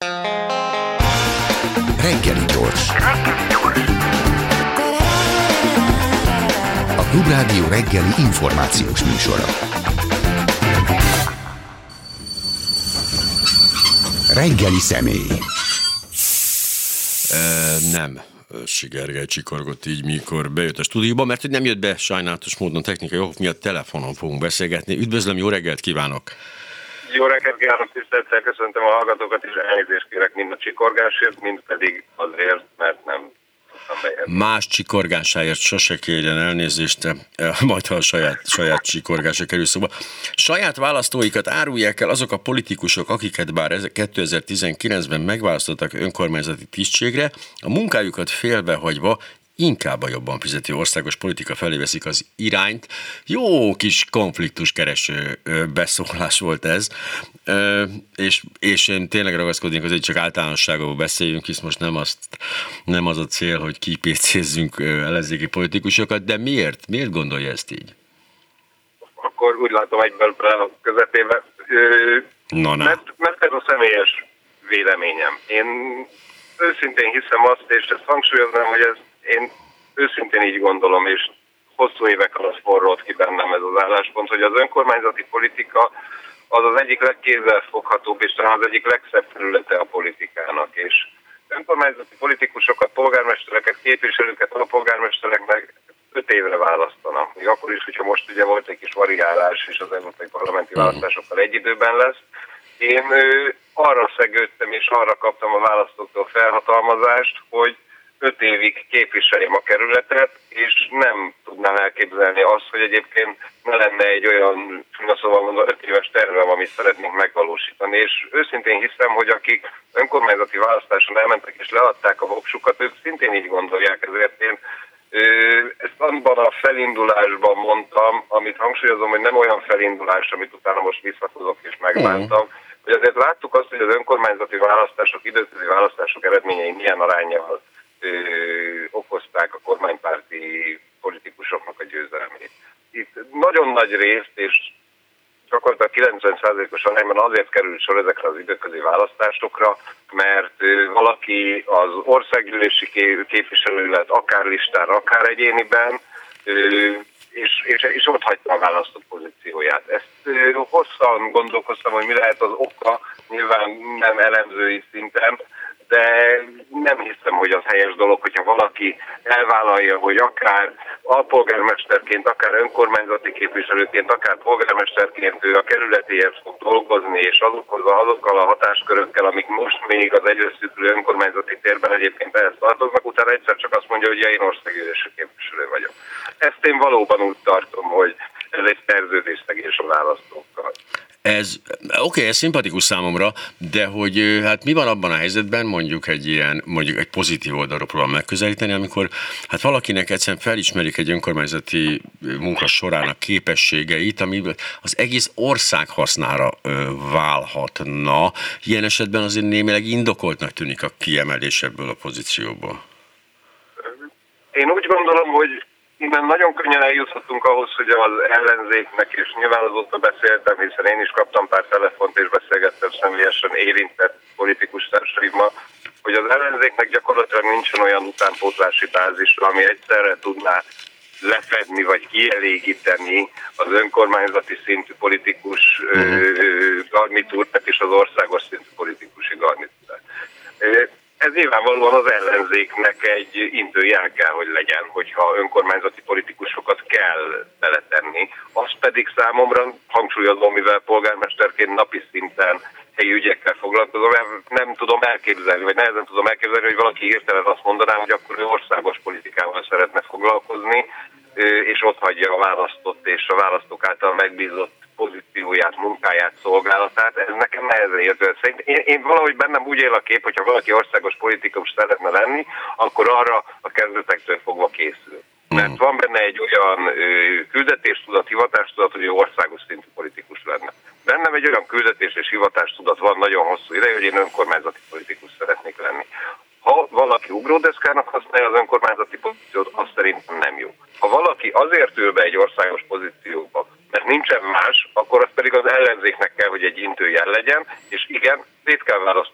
Reggeli gyors. A Klubrádió reggeli információs műsora. Reggeli személy. Nem. Gergely csikorgott így, mikor bejött a stúdióba, mert hogy nem jött be sajnálatos módon technikai okok miatt, telefonon fogunk beszélgetni. Üdvözlöm, jó reggelt kívánok! Jó reggelt kívánok, tisztelettel köszöntöm a hallgatókat, és elnézést kérek mind a csikorgásért, mind pedig azért, mert nem tudtam beérni. Más csikorgásáért sose kérjen elnézést, majd ha a saját csikorgása kerül szóba. Saját választóikat árulják el azok a politikusok, akiket bár 2019-ben megválasztottak önkormányzati tisztségre, a munkájukat félbehagyva inkább a jobban fizető országos politika felé veszik az irányt. Jó kis konfliktuskereső beszólás volt ez, és én tényleg ragaszkodnék, hogy csak általánosságban beszéljünk, hisz most nem az a cél, hogy kipécézzünk ellenzéki politikusokat, de miért? Miért gondolja ezt így? Akkor úgy látom egyből a közepébe. Mert ez a személyes véleményem. Én őszintén hiszem azt, és ezt hangsúlyoznám, hogy én őszintén így gondolom, és hosszú évek alatt forrolt ki bennem ez az álláspont, hogy az önkormányzati politika az egyik legkézzelfoghatóbb, és talán az egyik legszebb területe a politikának. És önkormányzati politikusokat, polgármestereket, képviselőket, alpolgármestereknek 5 évre választanak. Még akkor is, hogyha most ugye volt egy kis variálás, és az európai parlamenti választásokkal egy időben lesz. Én arra szegődtem, és arra kaptam a választóktól felhatalmazást, hogy 5 évig képviseljem a kerületet, és nem tudnám elképzelni azt, hogy egyébként ne lenne egy olyan, szóval mondom, 5 éves tervem, amit szeretnénk megvalósítani. És őszintén hiszem, hogy akik önkormányzati választáson elmentek és leadták a voksukat, ők szintén így gondolják, ezért én ezt abban a felindulásban mondtam, amit hangsúlyozom, hogy nem olyan felindulás, amit utána most visszahozok és megbántam, hogy azért láttuk azt, hogy az önkormányzati választások, időközi választások eredményei milyen arányjal okozták a kormánypárti politikusoknak a győzelmét. Itt nagyon nagy részt, és gyakorlatilag 90%-os arányban azért került sor ezekre az időközi választásokra, mert valaki az országgyűlési képviselő lett akár listára, akár egyéniben, és ott hagyta a választott pozícióját. Ezt hosszan gondolkoztam, hogy mi lehet az oka, nyilván nem elemzői szinten, de nem hiszem, hogy az helyes dolog, hogyha valaki elvállalja, hogy akár alpolgármesterként, akár önkormányzati képviselőként, akár polgármesterként ő a kerületéért fog dolgozni, és azokkal a hatáskörökkel, amik most még az egyre szűkülő önkormányzati térben egyébként ehhez tartoznak, utána egyszer csak azt mondja, hogy én országgyűlési képviselő vagyok. Ezt én valóban úgy tartom, hogy ez egy szerződésszegés a választókkal. Ez szimpatikus számomra, de hogy hát mi van abban a helyzetben, mondjuk egy pozitív oldalról próbál megközelíteni, amikor hát valakinek egyszerűen felismerik egy önkormányzati munka során a képességeit, ami az egész ország hasznára válhatna. Ilyen esetben azért némileg indokoltnak tűnik a kiemelés ebből a pozícióból. Én úgy gondolom, hogy innen nagyon könnyen eljuthatunk ahhoz, hogy az ellenzéknek, és nyilván azóta beszéltem, hiszen én is kaptam pár telefont, és beszélgettem személyesen érintett politikus társaimmal, hogy az ellenzéknek gyakorlatilag nincsen olyan utánpótlási bázisra, ami egyszerre tudná lefedni, vagy kielégíteni az önkormányzati szintű politikus garnitúrát és az országos szintű politikusi garnitúrát. Ez nyilvánvalóan az ellenzéknek egy intőjel kell, hogy legyen, hogyha önkormányzati politikusokat kell beletenni. Azt pedig számomra, hangsúlyozom, mivel polgármesterként napi szinten helyi ügyekkel foglalkozom, nem tudom elképzelni, vagy nehezen tudom elképzelni, hogy valaki hirtelen azt mondaná, hogy akkor ő országos politikával szeretne foglalkozni, és ott hagyja a választott és a választók által megbízott pozícióját, munkáját, szolgálatát, ez nekem nehezen értő. Én valahogy bennem úgy él a kép, hogyha valaki országos politikus szeretne lenni, akkor arra a kezdetektől fogva készül. Mert van benne egy olyan küldetéstudat, hivatástudat, hogy ő országos szintű politikus lenne. Bennem egy olyan küldetés és hivatástudat van nagyon hosszú ideje, hogy én önkormányzati politikus szeretnék lenni. Ha valaki ugródeszkának használja az önkormányzati pozíciót, az szerintem nem jó. Ha valaki azért ül be egy országos pozícióba, mert nincsen más, akkor az pedig az ellenzéknek kell, hogy egy intőjel legyen, és igen, szét kell választani az önkormányzati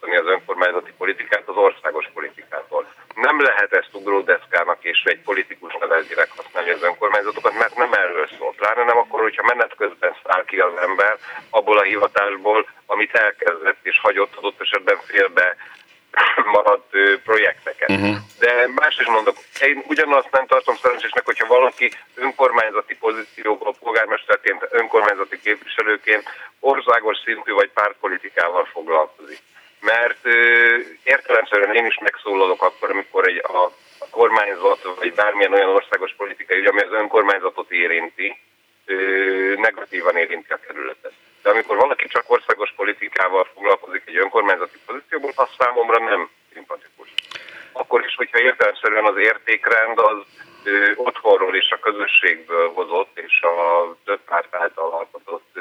önkormányzati politikát az országos politikától. Nem lehet ezt ugródeszkának és egy politikus neveldileg használni az önkormányzatokat, mert nem erről szól. Pláne nem akkor, hogyha menet közben száll ki az ember abból a hivatásból, amit elkezdett és hagyott adott esetben félbe maradt projekteket. De más is mondok, én ugyanazt nem tartom szerencsésnek, hogyha valaki önkormányzati pozícióból, polgármesterként, önkormányzati képviselőként országos szintű vagy pártpolitikával foglalkozik. Mert értelemszerűen én is megszólalok akkor, amikor a kormányzat vagy bármilyen olyan országos politikai, ami az önkormányzatot érinti, negatívan érinti a kerületet. De amikor valaki csak országos politikával foglalkozik egy önkormányzati pozícióból, az számomra nem szimpatikus. Akkor is, hogyha értelemszerűen az értékrend az otthonról és a közösségből hozott, és a több párt által alkotott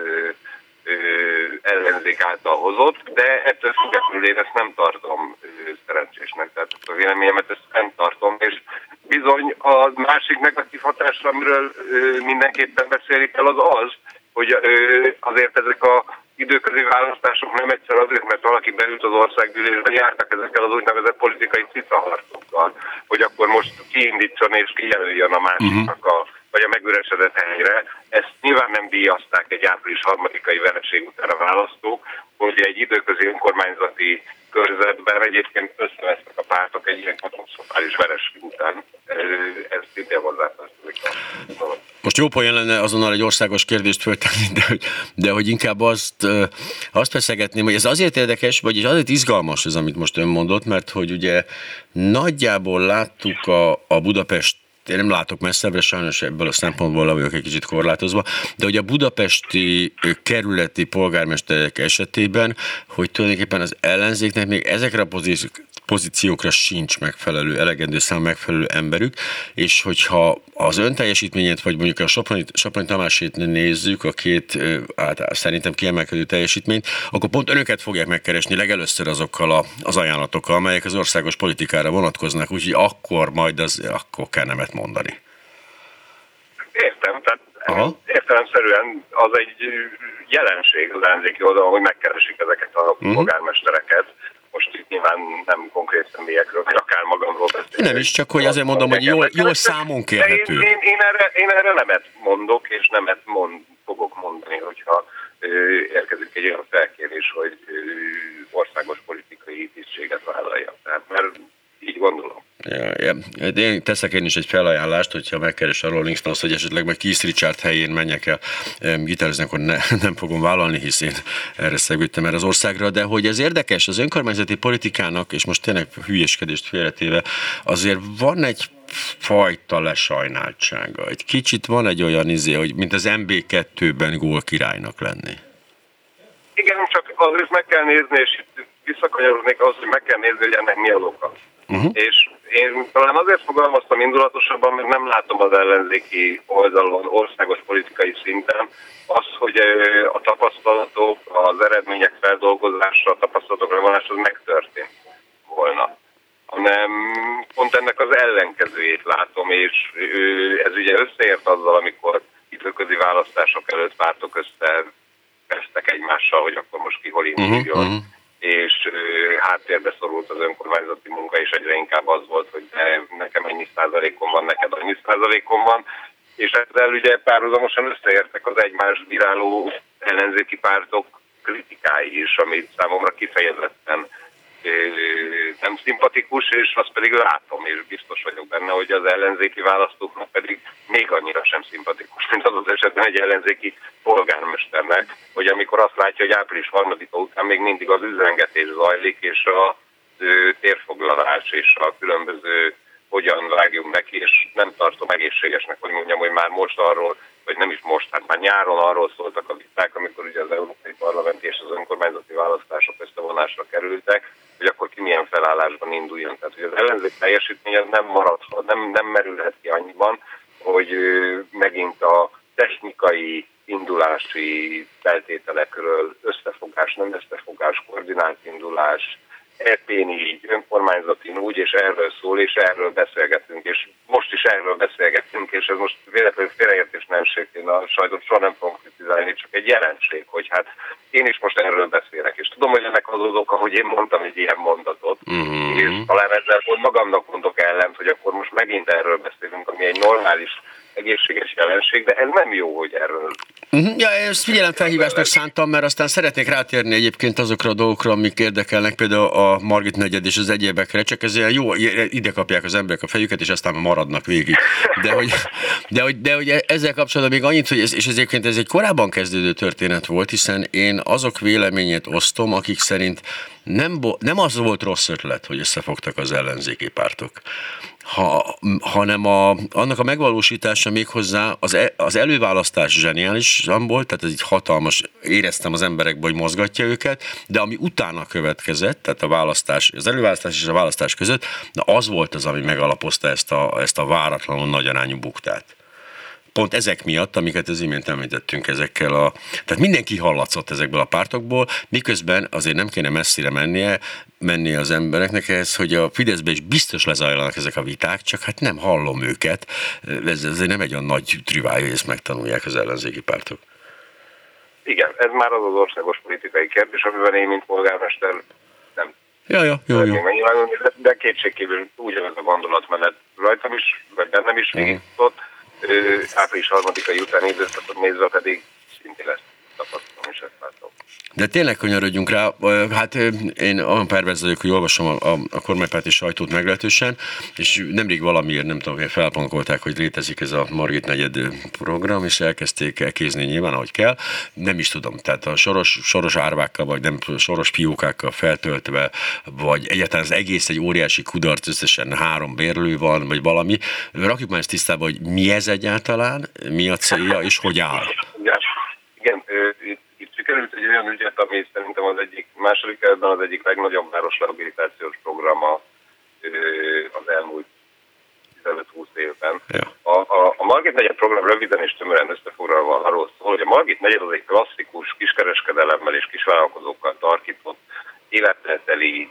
ellenzék által hozott, de ettől függetlenül én ezt nem tartom szerencsésnek. Tehát a véleményemet ezt nem tartom, és bizony a másik negatív hatásra, amiről mindenképpen beszélik el, az, hogy azért ezek az időközi választások nem egyszer azért, mert valaki beült az országgyűlésben, jártak ezekkel az úgynevezett politikai cicaharcokkal, hogy akkor most kiindítson és kijelöljön a másiknak vagy a megüresedett helyre. Ezt nyilván nem díjazták egy április 3-ai vereség után a választók, hogy egy időközi önkormányzati körzetben egyébként összevesznek a pártok egy ilyen katasztrofális vereség után. Ez szintén hozzátartozik. Most jó poén lenne azonnal egy országos kérdést föltenni, de hogy inkább azt feszegetném, hogy ez azért érdekes, vagyis azért izgalmas ez, amit most ön mondott, mert hogy ugye nagyjából láttuk a Budapest, én nem látok messzebbre, sajnos ebből a szempontból vagyok egy kicsit korlátozva, de hogy a budapesti kerületi polgármesterek esetében, hogy tulajdonképpen az ellenzéknek még ezekre a pozíciókra sincs megfelelő, elegendő szám megfelelő emberük, és hogyha az ön teljesítményét, vagy mondjuk a Soproni Tamásét nézzük, a két szerintem kiemelkedő teljesítményt, akkor pont önöket fogják megkeresni legelőször azokkal az ajánlatokkal, amelyek az országos politikára vonatkoznak, úgyhogy akkor kell nemet mondani. Értem, tehát értelemszerűen az egy jelenség az ellenzéki oldalon, hogy megkeresik ezeket a polgármestereket. Most itt nyilván nem konkrét személyekről, vagy akár magamról beszélek. Nem is, csak hogy azért mondom, hogy jól számon kérhető. Én erre nemet mondok, és nemet fogok mondani, hogyha érkezik egy olyan felkérés, hogy országos politikai tisztséget vállaljak. Tehát, mert így gondolom. Én teszek én is egy felajánlást, hogyha megkeres a Rolling Stones, hogy esetleg meg Keith Richard helyén menjek el gitározni, akkor nem fogom vállalni, hisz én erre szegődtem erre az országra, de hogy ez érdekes, az önkormányzati politikának, és most tényleg hülyéskedést félretéve, azért van egy fajta lesajnáltsága. Egy kicsit van egy olyan hogy mint az MB2-ben gólkirálynak lenni. Igen, csak azért meg kell nézni, és visszakanyarodnék ahhoz, hogy meg kell nézni, hogy ennek mi az oka. És én talán azért fogalmaztam indulatosabban, mert nem látom az ellenzéki oldalon, országos politikai szinten azt, hogy a tapasztalatok, az eredmények feldolgozása, a tapasztalatokra vonása az megtörtént volna. Hanem pont ennek az ellenkezőjét látom, és ez ugye összeért azzal, amikor időközi választások előtt pártok összevesztek egymással, hogy akkor most ki hol induljon. És háttérbe szorult az önkormányzati munka, és egyre inkább az volt, hogy nekem ennyi százalékon van, neked annyi százalékon van, és ezzel ugye párhuzamosan összeértek az egymást bíráló ellenzéki pártok kritikái is, amit számomra kifejezetten nem szimpatikus, és azt pedig látom, és biztos vagyok benne, hogy az ellenzéki választóknak pedig még annyira sem szimpatikus, mint az esetben egy ellenzéki polgármesternek, hogy amikor azt látja, hogy április 3-a után még mindig az üzengetés zajlik, és a térfoglalás, és a különböző hogyan vágjunk neki, és nem tartom egészségesnek, hogy mondjam, hogy már most arról, vagy nem is most, hát már nyáron arról szóltak a viták, amikor ugye az Európai Parlamenti és az önkormányzati választások összevonásra kerültek, hogy akkor ki milyen felállásban induljon. Tehát, hogy az ellenzék teljesítménye nem maradhat, nem merülhet ki annyiban, hogy megint a technikai, indulási feltételekről összefogás, nem összefogás, koordinált indulás, EP-n így, önkormányzatin úgy, és erről szól, és erről beszélgetünk, és most is erről beszélgetünk, és ez most véletlenül félreértés nem ség, én a sajtot soha nem fogom kritizálni, csak egy jelenség, hogy hát én is most erről beszélek, és tudom, hogy ennek az oka, hogy én mondtam egy ilyen mondatot, és talán ezzel pont magamnak mondok ellent, hogy akkor most megint erről beszélünk, ami egy normális, egészséges jelenség, de ez nem jó, hogy erről. Ja, ezt figyelemfelhívásnak szántam, mert aztán szeretnék rátérni egyébként azokra a dolgokra, amik érdekelnek, például a Margit negyed és az egyébekre, csak ezzel jó, ide kapják az emberek a fejüket, és aztán maradnak végig. De hogy ezzel kapcsolatban még annyit, hogy és egyébként ez egy korábban kezdődő történet volt, hiszen én azok véleményét osztom, akik szerint nem az volt rossz ötlet, hogy összefogtak az ellenzéki pártok, hanem annak a megvalósítása méghozzá az előválasztás zseniálisan volt, tehát ez így hatalmas, éreztem az emberekben, hogy mozgatja őket, de ami utána következett, tehát az előválasztás és a választás között, na az volt az, ami megalapozta ezt a váratlanul nagy arányú buktát. Pont ezek miatt, amiket az imént említettünk tehát mindenki hallatszott ezekből a pártokból, miközben azért nem kéne messzire mennie az embereknek ehhez, hogy a Fideszben is biztos lezajlanak ezek a viták, csak hát nem hallom őket. Ez nem egy olyan nagy trüváj, hogy ezt megtanulják az ellenzéki pártok. Igen, ez már az országos politikai kérdés, amiben én, mint polgármester nem jó. De kétségkívül ugyanez a gondolatmenet rajtam is, vagy bennem is végigfutott. Április 3-ai utáni időszakot nézve pedig szintén lesz tapasztalom, és ezt látom. De tényleg kanyarodjunk rá, hát én olyan perverz vagyok, hogy olvasom a kormánypárti sajtót meglehetősen, és nemrég valamiért, nem tudom, hogy felpankolták, hogy létezik ez a Margit negyed program, és elkezdték elkézni nyilván, ahogy kell. Nem is tudom, tehát a soros árvákkal, vagy nem soros fiókákkal feltöltve, vagy egyáltalán az egész egy óriási kudarc, összesen 3 bérlő van, vagy valami. Rakjuk már ezt tisztába, hogy mi ez egyáltalán, mi a célja, és hogy áll. Igen, itt sikerült egy olyan ügyet, ami szerintem az egyik második kerületben az egyik legnagyobb városrehabilitációs programa az elmúlt 15-20 évben. Ja. A Margit negyed program röviden és tömören összefoglalva arról szól, hogy a Margit negyed az egy klasszikus kiskereskedelemmel és kisvállalkozókkal tarkított életteli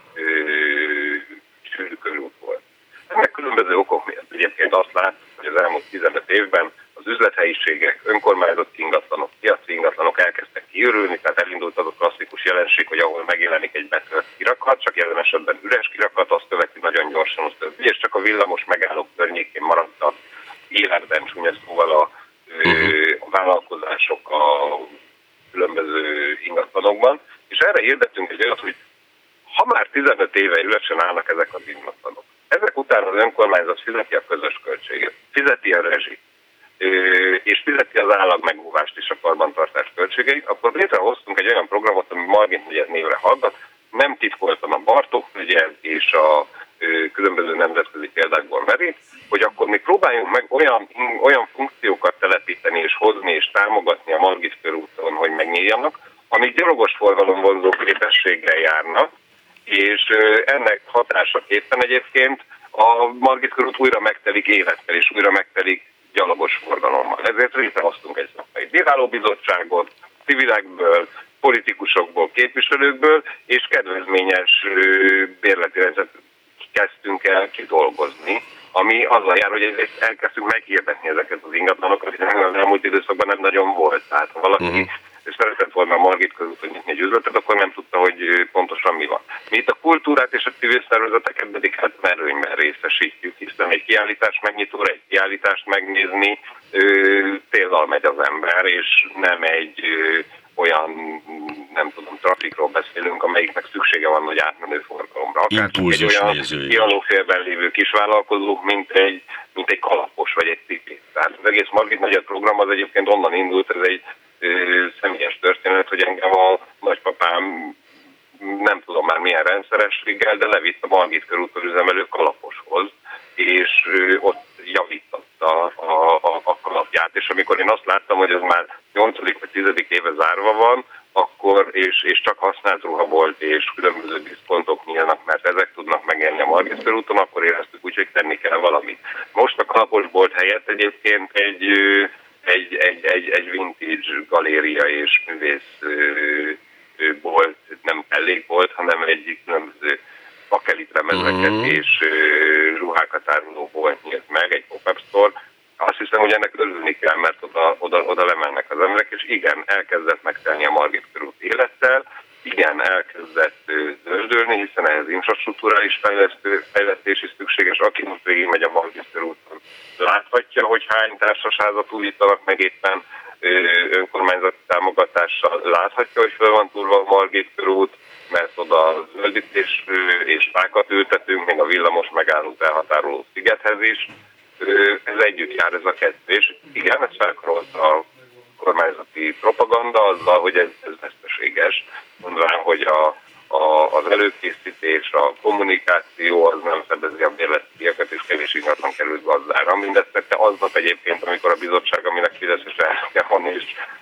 sűrű körút volt. Ennek különböző okok miatt egyébként azt láttuk, hogy az elmúlt 15 évben az üzlethelyiségek, önkormányzati ingatlanok, piaci ingatlanok elkezdtek kiürülni, tehát elindult az a klasszikus jelenség, hogy ahol megjelenik egy betölt kirakat, csak jelen esetben üres kirakat, azt követi nagyon gyorsan az többi, és csak a villamos megállók környékén maradtak életben, csúnya szóval a vállalkozások a különböző ingatlanokban, és erre hirdettünk egy olyat, hogy ha már 15 éve üresen állnak ezek az ingatlanok, ezek után az önkormányzat fizeti a közös költséget, fizeti a rezsit, és fizeti az állag megóvást és a karbantartás költségeit, akkor létrehoztunk egy olyan programot, ami Margit negyed névre hallgat, nem titkoltan a Bartók negyed és a különböző nemzetközi példákból merít, hogy akkor mi próbáljunk meg olyan funkciókat telepíteni és hozni és támogatni a Margit körúton, hogy megnyíljanak, amik gyalogos forgalom vonzó képességgel járnak, és ennek hatásaképpen egyébként a Margit körút újra megtelik élettel, és újra megtelik gyalogos forgalommal. Ezért létrehoztunk egy szakmai bírálóbizottságot, civilekből, politikusokból, képviselőkből, és kedvezményes bérleti rendszert kezdtünk el kidolgozni, ami azzal jár, hogy elkezdtünk meghirdetni ezeket az ingatlanokat, hiszen az elmúlt időszakban nem nagyon volt. Tehát ha valaki szeretett volna a Margit körúton nyitni egy üzletet, akkor nem tudta, hogy pontosan mi van. Mi itt a kultúrát és a civil szervezeteket pedig hát merőnyben részesítjük, hiszen egy kiállítás megnyitóra, egy kiállítást megnézni téllal megy az ember, és nem egy olyan, nem tudom, trafikról beszélünk, amelyiknek szüksége van nagy átmenő forgalomra. Akár egy olyan dialógfélben lévő kisvállalkozók, mint egy kalapos vagy egy cipét. Tehát az egész Margit negyed program az egyébként onnan indult, ez egy személyes történet, hogy engem a nagypapám nem tudom már milyen rendszerességgel, de levitt a Margit körúton üzemelő kalaposhoz, és ott javította a kalapját, és amikor én azt láttam, hogy ez már 8. vagy 10. éve zárva van, akkor, és csak használt ruha volt, és különböző diszkontok nyílnak, mert ezek tudnak megélni a Margit körúton, akkor éreztük úgy, hogy tenni kell valamit. Most a kalaposbolt helyett egyébként egy vintage galéria és művész bolt, nem elég volt, hanem egy különböző lemezeket és ruhákat áruló bolt nyílt meg, egy pop-up store. Azt hiszem, hogy ennek örülni kell, mert oda lemennek az emberek, és igen, elkezdett megtelni a Margit körút élettel, igen, elkezdett zöldülni, hiszen ehhez infrastruktúrális fejlesztés is szükséges. Aki most végigmegy a Margit körúton, láthatja, hogy hány társasházat újítanak meg éppen önkormányzati támogatással, láthatja, hogy fel van túlva a Margit körút, mert oda zöldítés és fákat ültetünk, még a villamos megállót elhatároló szigethez is. Ez együtt jár, ez a kettő, és igen, ez felkarolt a kormányzati propaganda azzal, hogy ez veszteséges. Mondván, hogy az előkészítés, a kommunikáció az nem szedezi a bérletdíjakat, és kevés ingatlan került gazdára. Mindezt tette aznap egyébként, amikor a bizottság, aminek Fideszes elnöke van, és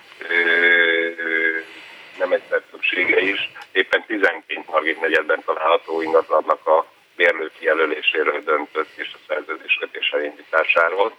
nem egyszer többsége is, éppen 12 Margit negyedben található ingatlannak a bérlő kijelöléséről döntött, és a szerződéskötés elindításáról.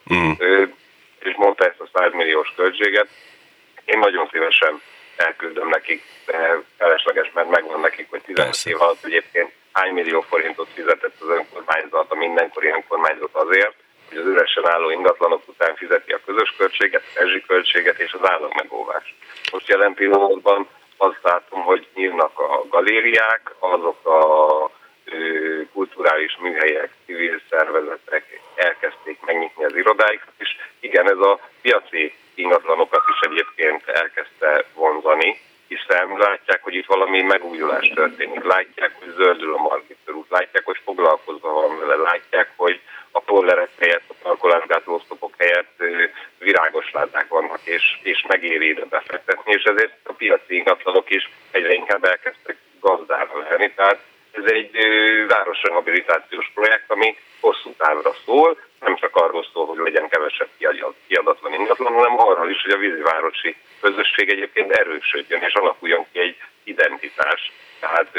És mondta ezt a 100 milliós költséget. Én nagyon szívesen elküldöm nekik, de felesleges, mert megvan nekik, hogy 15 év alatt egyébként hány millió forintot fizetett az önkormányzat, a mindenkori önkormányzat azért, hogy az üresen álló ingatlanok után fizeti a közös költséget, a rezsiköltséget és az állagmegóvást. Most jelen pillanatban azt látom, hogy nyílnak a galériák, azok a kulturális műhelyek, civil szervezetek elkezdték megnyitni az irodáikat, és igen, ez a piaci ingatlanokat is egyébként elkezdte vonzani, hiszen látják, hogy itt valami megújulás történik, látják, hogy zöldül a Margit körút, látják, hogy foglalkozva van vele, látják, hogy a tollerek helyett, a parkolásgátló oszlopok helyett virágos ládák vannak, és megéri ide befektetni, és ezért a piaci ingatlanok is egyre inkább elkezdtek gazdára lenni. Tehát ez egy városrehabilitációs projekt, ami hosszú távra szól, nem csak arról szól, hogy legyen kevesebb kiadatlan ingatlan, hanem arról is, hogy a vízivárosi közösség egyébként erősödjön, és alakuljon ki egy identitás. Tehát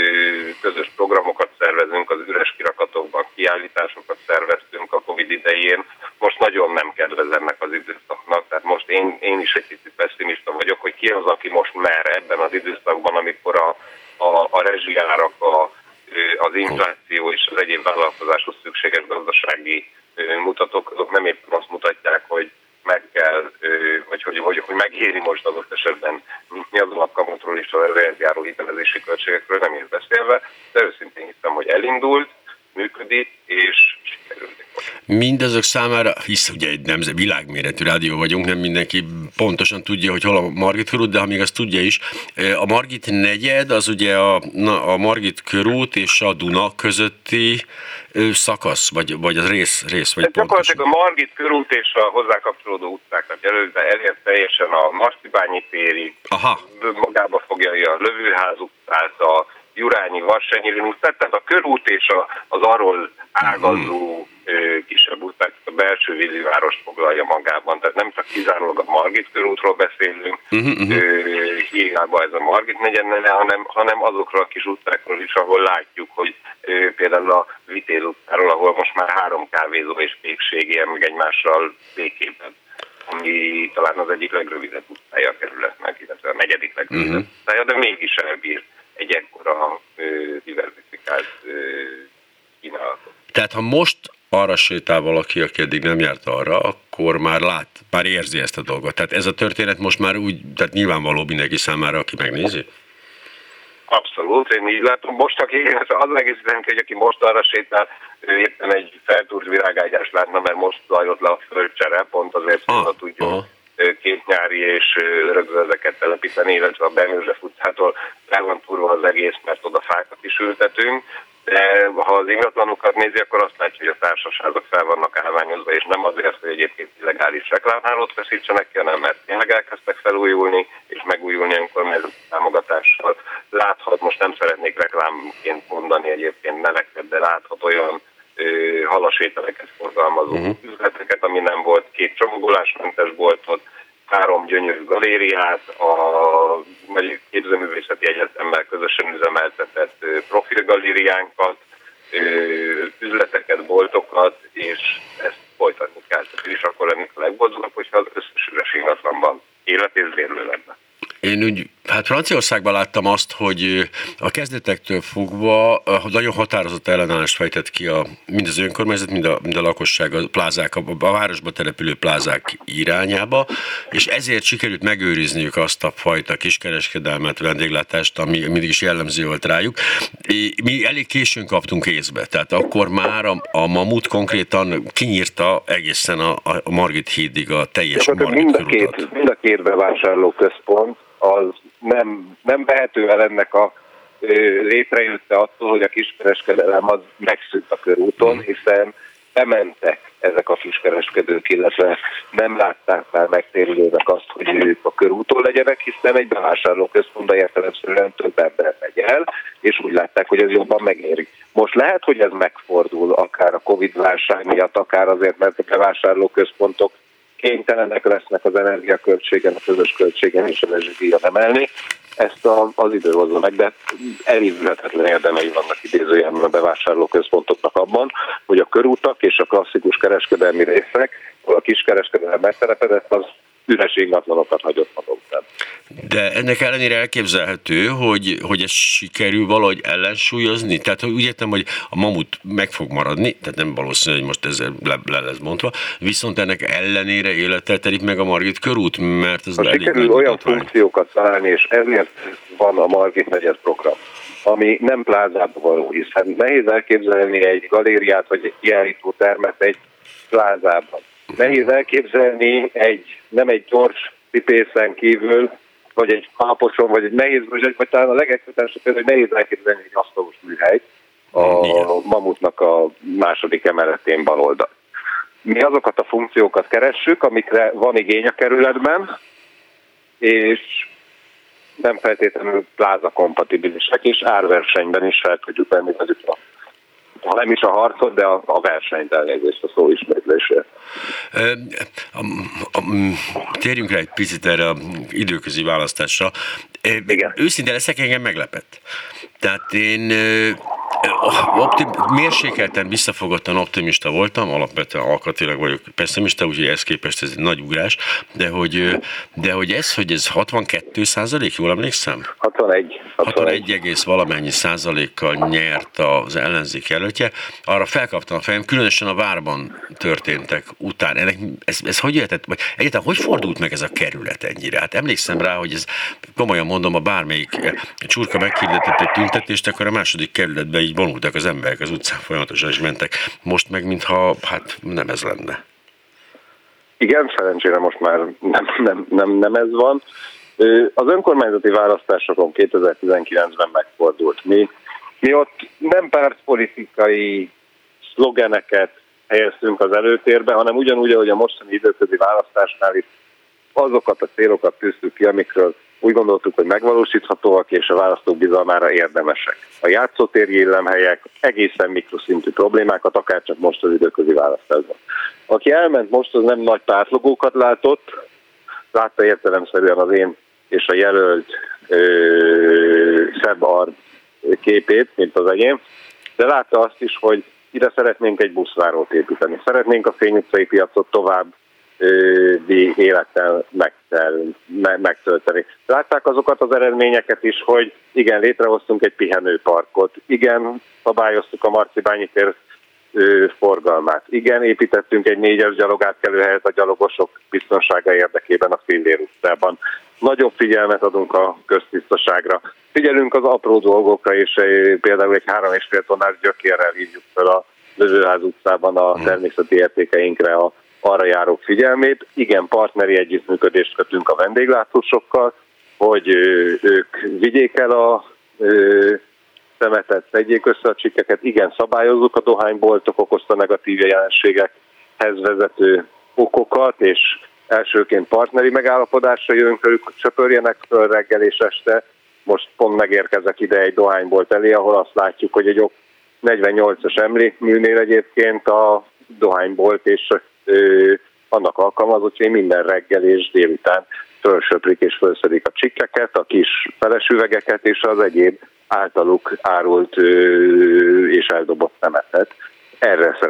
közös programokat szervezünk az üres kirakatokban, kiállításokat szerveztünk a Covid idején. Most nagyon nem kedvez ennek az időszaknak, tehát most én is egy kicsit pessimista vagyok, hogy ki az, aki most mer ebben az időszakban, amikor a rezsijárak, az infláció és az egyéb vállalkozáshoz szükséges gazdasági mutatók, azok nem éppen azt mutatják, hogy meg kell, hogy megéri most adott esetben nyitni az alapkamatról és az ehhez járó hitelezési költségekről nem is beszélve, de őszintén hiszem, hogy elindult, működik, és sikerült. Mindezek számára, hisz ugye egy világméretű rádió vagyunk, nem mindenki pontosan tudja, hogy hol a Margit körút, de ha még azt tudja is, a Margit negyed az ugye a Margit körút és a Duna közötti szakasz, vagy az rész vagy gyakorlatilag a Margit körút és a hozzá kapcsolódó utcákat jelölve elér teljesen a Marcibányi térig, magába fogja a Lövőház utcát, a Jurányi, Varsenyi utcát, tehát a körút és az arról ágazó kisebb utcák, a belső vízivárost foglalja magában, tehát nem csak kizárólag a Margit körútról beszélünk, hiába ez a Margit negyedneve, hanem azokról a kis utcákról is, ahol látjuk, hogy például a Vitéz utcáról, ahol most már 3 kávézó és pékség él meg egymással békében, ami talán az egyik legrövidebb utcája a kerületnek, illetve a 4. legrövidebb utcája, de mégis elbír egy ekkora diversifikált kínálatot. Tehát ha most arra sétál valaki, aki eddig nem járt arra, akkor már érzi ezt a dolgot. Tehát ez a történet most már úgy, tehát nyilvánvaló mindenki számára, aki megnézi? Abszolút, én így látom. Most, az egészen, hogy aki most arra sétál, ő éppen egy feltúrt virágágyást látna, mert most zajlott le a földcsere, pont azért, hogy tudjuk két nyári és örökzöldeket telepíteni, illetve a Ben József utcától le van túrva az egész, mert oda fákat is ültetünk. De ha az ingatlanokat nézi, akkor azt látja, hogy a társaságok fel vannak állványozva, és nem azért, hogy egyébként illegális reklámhálót feszítsenek ki, hanem mert tényleg elkezdtek felújulni, és megújulni önkormányzati támogatással. Láthat, most nem szeretnék reklámként mondani egyébként neveket, de láthat olyan halasételeket forgalmazó üzleteket, ami nem volt, 2 csomagolásmentes boltot, 3 gyönyörű galériát, a Képzőművészeti Egyetemmel közösen üzemeltetett profilgalériánkat, üzleteket, boltokat, és ezt folytatni kell. És akkor lennék a legboldogabb, hogyha az összes üres ingatlanban élet és bérlő lenne. Én úgy Hát Franciaországban láttam azt, hogy a kezdetektől fogva nagyon határozott ellenállást fejtett ki mind az önkormányzat, mind a lakosság, a plázák, a városba települő plázák irányába, és ezért sikerült megőrizniük azt a fajta kiskereskedelmet, vendéglátást, ami mindig is jellemző volt rájuk. Mi elég későn kaptunk észbe, tehát akkor már a Mamut konkrétan kinyírta egészen a Margit hídig a teljes Margit körutat. Mind a két bevásárlóközpont az nem vehető el ennek a létrejötte attól, hogy a kiskereskedelem az megszűnt a körúton, hiszen bementek ezek a kiskereskedők, illetve nem látták már megtérülőnek azt, hogy ők a körúton legyenek, hiszen egy bevásárlóközpontban értelemszerűen több ember megy el, és úgy látták, hogy ez jobban megéri. Most lehet, hogy ez megfordul, akár a Covid-válság miatt, akár azért, mert a bevásárlóközpontok kénytelenek lesznek az energiaköltségen, a közös költségen és a rezsidíjat emelni. Ezt az idő hozza meg, de elívülhetetlen érdemei vannak idézőjelben a bevásárlóközpontoknak abban, hogy a körútak és a klasszikus kereskedelmi részek, ahol a kiskereskedelem megtelepedett, az üres ingatlanokat hagyott maga után. De ennek ellenére elképzelhető, hogy ez sikerül valahogy ellensúlyozni? Tehát úgy értem, hogy a Mamut meg fog maradni, tehát nem valószínű, hogy most ez le lesz bontva, viszont ennek ellenére élettel telik meg a Margit körút, mert ez elég sikerül olyan funkciókat találni, és ezért van a Margit negyed program, ami nem plázába való, hiszen nehéz elképzelni egy galériát vagy egy kiállító termet egy plázában. Nehéz elképzelni nem egy gyors pipészen kívül, vagy egy kalaposon, vagy egy nehéz, vagy talán a legegyszerűsebb például, hogy nehéz elképzelni egy asztalos műhelyt a Mamutnak a második emeletén bal oldal. Mi azokat a funkciókat keressük, amikre van igény a kerületben, és nem feltétlenül pláza kompatibilisek, és árversenyben is fel tudjuk venni velük ha nem is a harcot, de a versenyt, elnézést a szó ismétlésére. Térjünk rá egy picit erre az időközi választásra. Igen. Őszintén leszek, engem meglepett. Tehát én mérsékelten, visszafogottan optimista voltam, alapvetően alkatilag vagyok pessimista, úgyhogy ehhez képest ez egy nagy ugrás, de hogy ez 62%, jól emlékszem? 61 valamennyi százalékkal nyert az ellenzék jelöltje. Arra felkaptam a fejem, különösen a várban történtek után. Ez hogy jöhetett? Egyáltalán hogy fordult meg ez a kerület ennyire? Hát emlékszem rá, hogy ez komolyan mondom, a bármelyik csurka meghirdetett egy tüntetést, akkor a második kerületben így vonultak az emberek az utcán, folyamatosan is mentek. Most meg mintha nem ez lenne. Igen, szerencsére most már nem ez van. Az önkormányzati választásokon 2019-ben megfordult. Mi ott nem pártpolitikai szlogeneket helyeztünk az előtérbe, hanem ugyanúgy, ahogy a mostani időközi választásnál is azokat a célokat tűztük ki, amikről úgy gondoltuk, hogy megvalósíthatóak és a választók bizalmára érdemesek. A játszótéri illemhelyek, egészen mikroszintű problémákat, akár csak most az időközi választásban. Aki elment most, az nem nagy pártlogókat látta értelemszerűen az én és a jelölt szebb arc képét, mint az enyém, de látta azt is, hogy ide szeretnénk egy buszvárót építeni. Szeretnénk a Fény utcai piacot tovább élettel megtölteni. Látták azokat az eredményeket is, hogy igen, létrehoztunk egy pihenőparkot, igen, szabályoztuk a Marcibányi tér forgalmát, igen, építettünk egy 4-es gyalogátkelőhelyet a gyalogosok biztonsága érdekében a Fillér utcában. Nagyobb figyelmet adunk a köztisztaságra. Figyelünk az apró dolgokra, és például egy 3,5 tonnás gyökérrel hívjuk fel a Lőzőház utcában a természeti értékeinkre arra járók figyelmét. Igen, partneri együttműködést kötünk a vendéglátósokkal, hogy ők vigyék el a szemetet, szedjék össze a csikkeket. Igen, szabályozzuk a dohányboltok okozta negatív jelenségekhez vezető okokat, és elsőként partneri megállapodásra jövünk velük, hogy csöpörjenek föl reggel és este. Most pont megérkezek ide egy dohánybolt elé, ahol azt látjuk, hogy egy 48-as emlékműnél egyébként a dohánybolt és annak alkalmazottjai minden reggel és délután fölsöprik és fölszedik a csikkeket, a kis felesüvegeket és az egyéb általuk árult és eldobott szemetet. Erre szeretnénk eljutni.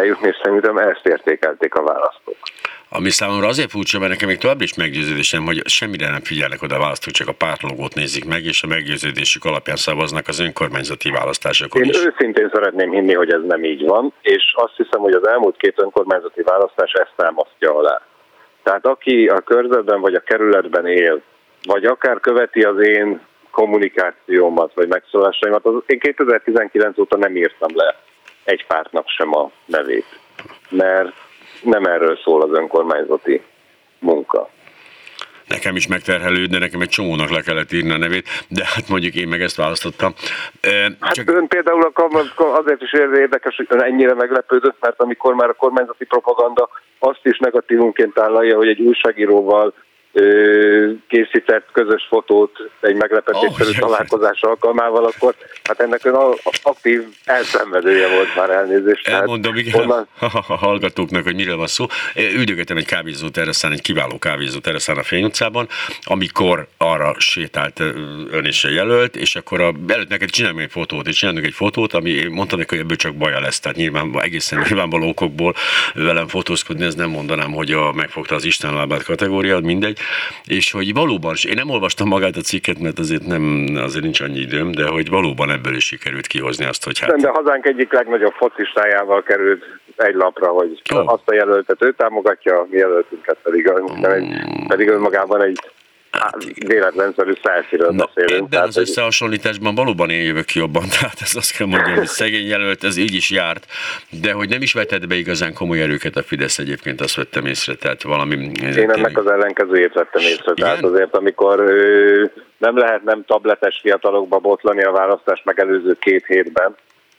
hozzájutni, és szerintem ezt értékelték a választók. Ami számomra azért furcsa, mert nekem még továbbra is meggyőződésem, hogy semmire nem figyelnek oda a választók, csak a pártlogót nézik meg, és a meggyőződésük alapján szavaznak az önkormányzati választásokon is. Én őszintén szeretném hinni, hogy ez nem így van, és azt hiszem, hogy az elmúlt 2 önkormányzati választás ezt támasztja alá. Tehát aki a körzetben vagy a kerületben él, vagy akár követi az én kommunikációmat, vagy megszólásaimat, én 2019 óta nem írtam le egy pártnak sem a nevét, mert nem erről szól az önkormányzati munka. Nekem is megterhelő, de nekem egy csomónak le kellett írni a nevét, de hát mondjuk én meg ezt választottam. Hát ön például azért is érdekes, hogy ön ennyire meglepődött, mert amikor már a kormányzati propaganda azt is negatívunként állalja, hogy egy újságíróval készített közös fotót egy meglepetésszerű találkozás alkalmával, akkor hát ennek ön aktív elszenvedője volt már, elnézést. Elmondom, igen, a hallgatóknak, hogy miről van szó. Üldögettem egy kávézóteraszán, egy kiváló kávézóteraszán a Fény utcában, amikor arra sétált ön is jelölt, és akkor előtt neked csinálunk egy fotót, és csinálunk egy fotót, ami mondtam neki, hogy ebből csak baja lesz, tehát egészen nyilvánvaló okokból velem fotózkodni, ez nem mondanám, hogy megfogta az Isten lábát kategória, mindegy. És hogy valóban, én nem olvastam magát a cikket, mert azért nincs annyi időm, de hogy valóban ebből is sikerült kihozni azt, hogy hát... De hazánk egyik legnagyobb focistájával került egy lapra, hogy azt a jelöltet ő támogatja, mi jelöltünket pedig önmagában egy véletlenszerű szelfiről beszélünk. Ebben az összehasonlításban valóban én jövök jobban, tehát ezt azt kell mondjam, hogy szegény jelölt, ez így is járt, de hogy nem is vetett be igazán komoly erőket a Fidesz, egyébként azt vettem észre, tehát valami... Én ennek az ellenkezőjét vettem észre, tehát azért, amikor nem lehet nem tabletes fiatalokba botlani a választást megelőző 2 hétben,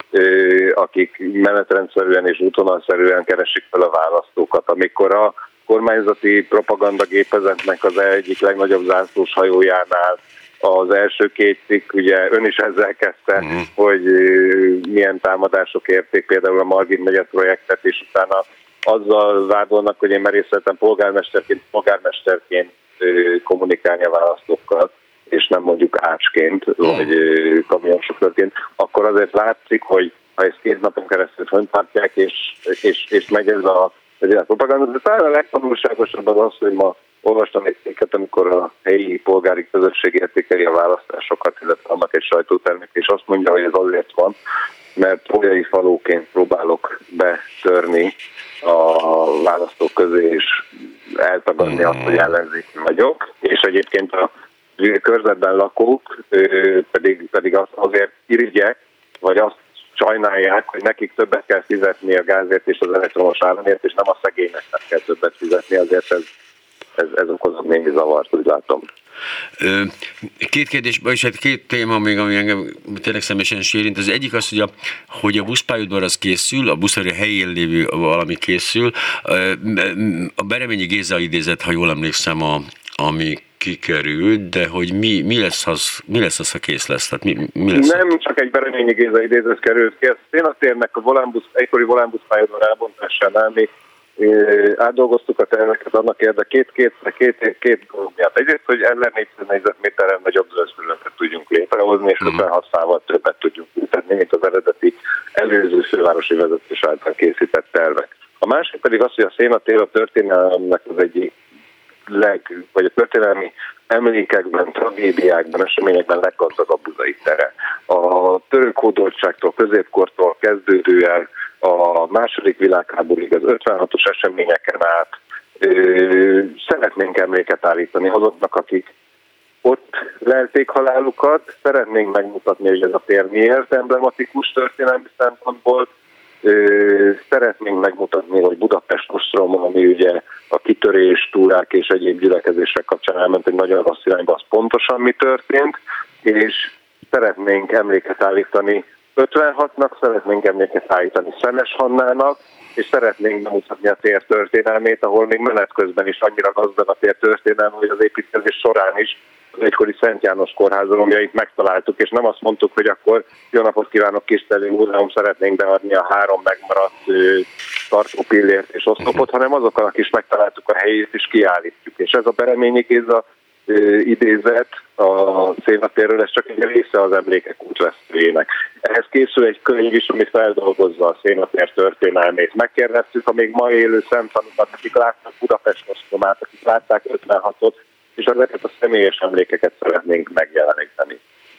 akik menetrendszerűen és útvonalszerűen keresik fel a választókat, amikor a kormányzati propagandagépezetnek az egyik legnagyobb zászlós hajójánál az első 2 cikk, ugye ön is ezzel kezdte, hogy milyen támadások érték például a Margit megye projektet, és utána azzal vádolnak, hogy én merészeltem polgármesterként kommunikálni a választókkal, és nem mondjuk ácsként, vagy kamionsofőrként, akkor azért látszik, hogy ha ezt 2 napon keresztül fönntartják, és megy ez a propaganda, de talán a legtanulságosabb az, hogy ma olvastam egy cikket, amikor a helyi polgári közösség értékeli a választásokat, illetve annak egy sajtótermék, és azt mondja, hogy ez azért van, mert Toljai falóként próbálok betörni a választók közé, és eltagadni azt, hogy ellenzéki vagyok, és egyébként a körzetben lakók pedig azért irigyek, vagy azt sajnálják, hogy nekik többet kell fizetni a gázért és az elektromos áramért, és nem a szegényeknek kell többet fizetni, azért ez okozott némi zavart, úgy látom. 2 kérdés, és hát 2 téma még, ami engem tényleg személyesen is érint. Az egyik az, hogy a buszpályaudvar az készül, a buszpálya helyén lévő valami készül. A Bereményi Géza idézet, ha jól emlékszem, ami kikerült, de hogy mi lesz az, ha kész lesz? Tehát mi lesz? Nem csak egy Bereményi Géza idézet került ki, a Szénatérnek a egykori volánbuszpályaudvar elbontásánál mi átdolgoztuk a terveket annak érdekét, két dolog miatt. Egyrészt, hogy 1400 négyzetméterrel nagyobb zöldterületet tudjunk létrehozni, és 56 szával többet tudjunk ültetni, mint az eredeti előző fővárosi vezetés által készített tervek. A másik pedig az, hogy a Szénatér a történelemnek az egyik vagy a történelmi emlékekben, tragédiákban, eseményekben leggazdagabb budai tere. A török hódoltságtól, középkortól kezdődően a II. Világháborúig, az 56-os eseményeken át szeretnénk emléket állítani azoknak, akik ott lelték halálukat, szeretnénk megmutatni, hogy ez a tér miért emblematikus történelmi szempontból, szeretnénk megmutatni, hogy Budapest ostrom, ami ugye a kitörés, túrák és egyéb gyülekezések kapcsán elment egy nagyon rossz irányba, az pontosan mi történt, és szeretnénk emléket állítani 56-nak, szeretnénk emléket állítani Szenes Hannának, és szeretnénk bemutatni a tér történelmét, ahol még menet közben is annyira gazdag a tér történelme, hogy az építkezés során is az egykori Szent János Kórház romjait megtaláltuk, és nem azt mondtuk, hogy akkor jó napot kívánok, Kiszteli Múzeum, szeretnénk beadni a 3 megmaradt tartópillért és oszlopot, hanem azoknak is megtaláltuk a helyét, és kiállítjuk. És ez a Bereményi Géza idézet a Szénatérről, ez csak egy része az emlékek útvesztőjének. Ehhez készül egy könyv is, ami feldolgozza a Szénatér történelmét. Megkérdeztük a még ma élő szemtanúkat, akik látták Budapest ostromát, akik látták 56-ot, és ezeket a személyes emlékeket szeretnénk megjeleníteni.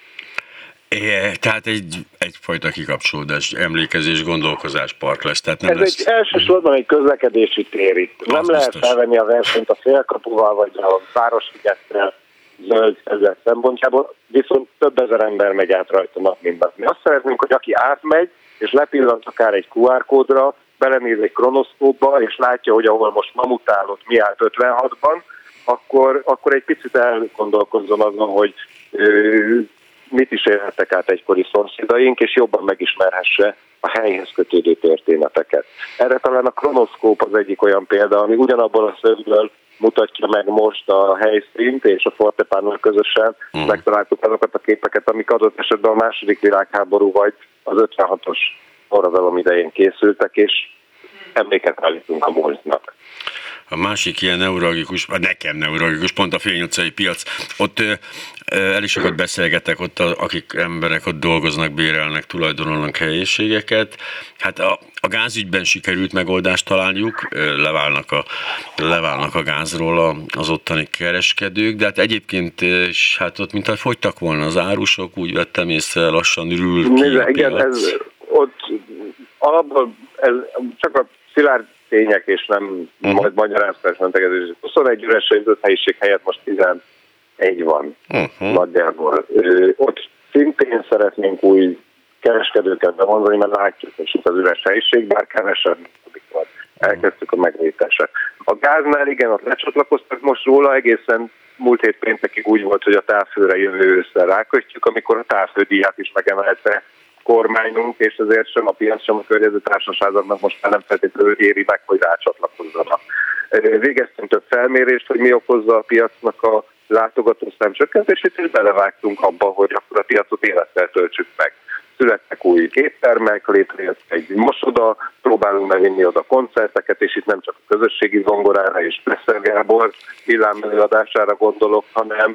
Tehát egyfajta kikapcsolódás, emlékezés, gondolkozás park lesz. Tehát nem ez lesz... elsősorban egy közlekedési tér itt. Nem lehet felvenni a versenyt a Félkapuval, vagy a Városligettel, zöld ezzel szempontjából, viszont több ezer ember megy át rajta nap mindent. Mi azt szeretnénk, hogy aki átmegy, és lepillant akár egy QR kódra, belenéz egy kronoszkópba, és látja, hogy ahol most mamutálott mi állt 56-ban, akkor egy picit elgondolkozzon azon, hogy mit is élhettek át egykori szomszédaink, és jobban megismerhesse a helyhez kötődő történeteket. Erre talán a kronoszkóp az egyik olyan példa, ami ugyanabból a szögből mutatja meg most a helyszínt, és a Fortepánnal közösen megtaláltuk azokat a képeket, amik adott esetben a II. Világháború vagy az 56-os forradalom idején készültek, és emléket állítunk a múltnak. A másik ilyen neuralgikus, nekem neuralgikus pont a Fény utcai piac. Ott el is sokat beszélgetek, ott akik emberek ott dolgoznak, bérelnek, tulajdonolnak helyiségeket. Hát a gázügyben sikerült megoldást találjuk, leválnak a gázról az ottani kereskedők, de hát egyébként hát ott mintha fogytak volna az árusok, úgy vettem észre, lassan ürül ki a piac. Ott alapból ez csak a szilárd tények, és nem majd magyarázás mentekezés. 21 üres helyiség helyett most 11 van nagyjából. Ott szintén szeretnénk új kereskedőket bevonzani, mert látjuk, hogy itt az üres helyiség, bár kevesebb, amikor elkezdtük a megvételset. A gáznál igen, ott lecsatlakoztak most róla, egészen múlt hét péntekig úgy volt, hogy a távfőre jövő ősszel rákötjük, amikor a távfődíját is megemelte kormányunk, és ezért sem a piac, sem a környezetársaságoknak most már nem feltétlenül éri meg, hogy rácsatlakozzanak. Végeztünk több felmérést, hogy mi okozza a piacnak a látogatószám csökkentését, és belevágtunk abba, hogy akkor a piacot élettel töltsük meg. Születtek új éttermek, létrejött egy mosoda, próbálunk megvinni oda koncerteket, és itt nem csak a közösségi zongorára és Presser Gábor villámelőadására gondolok, hanem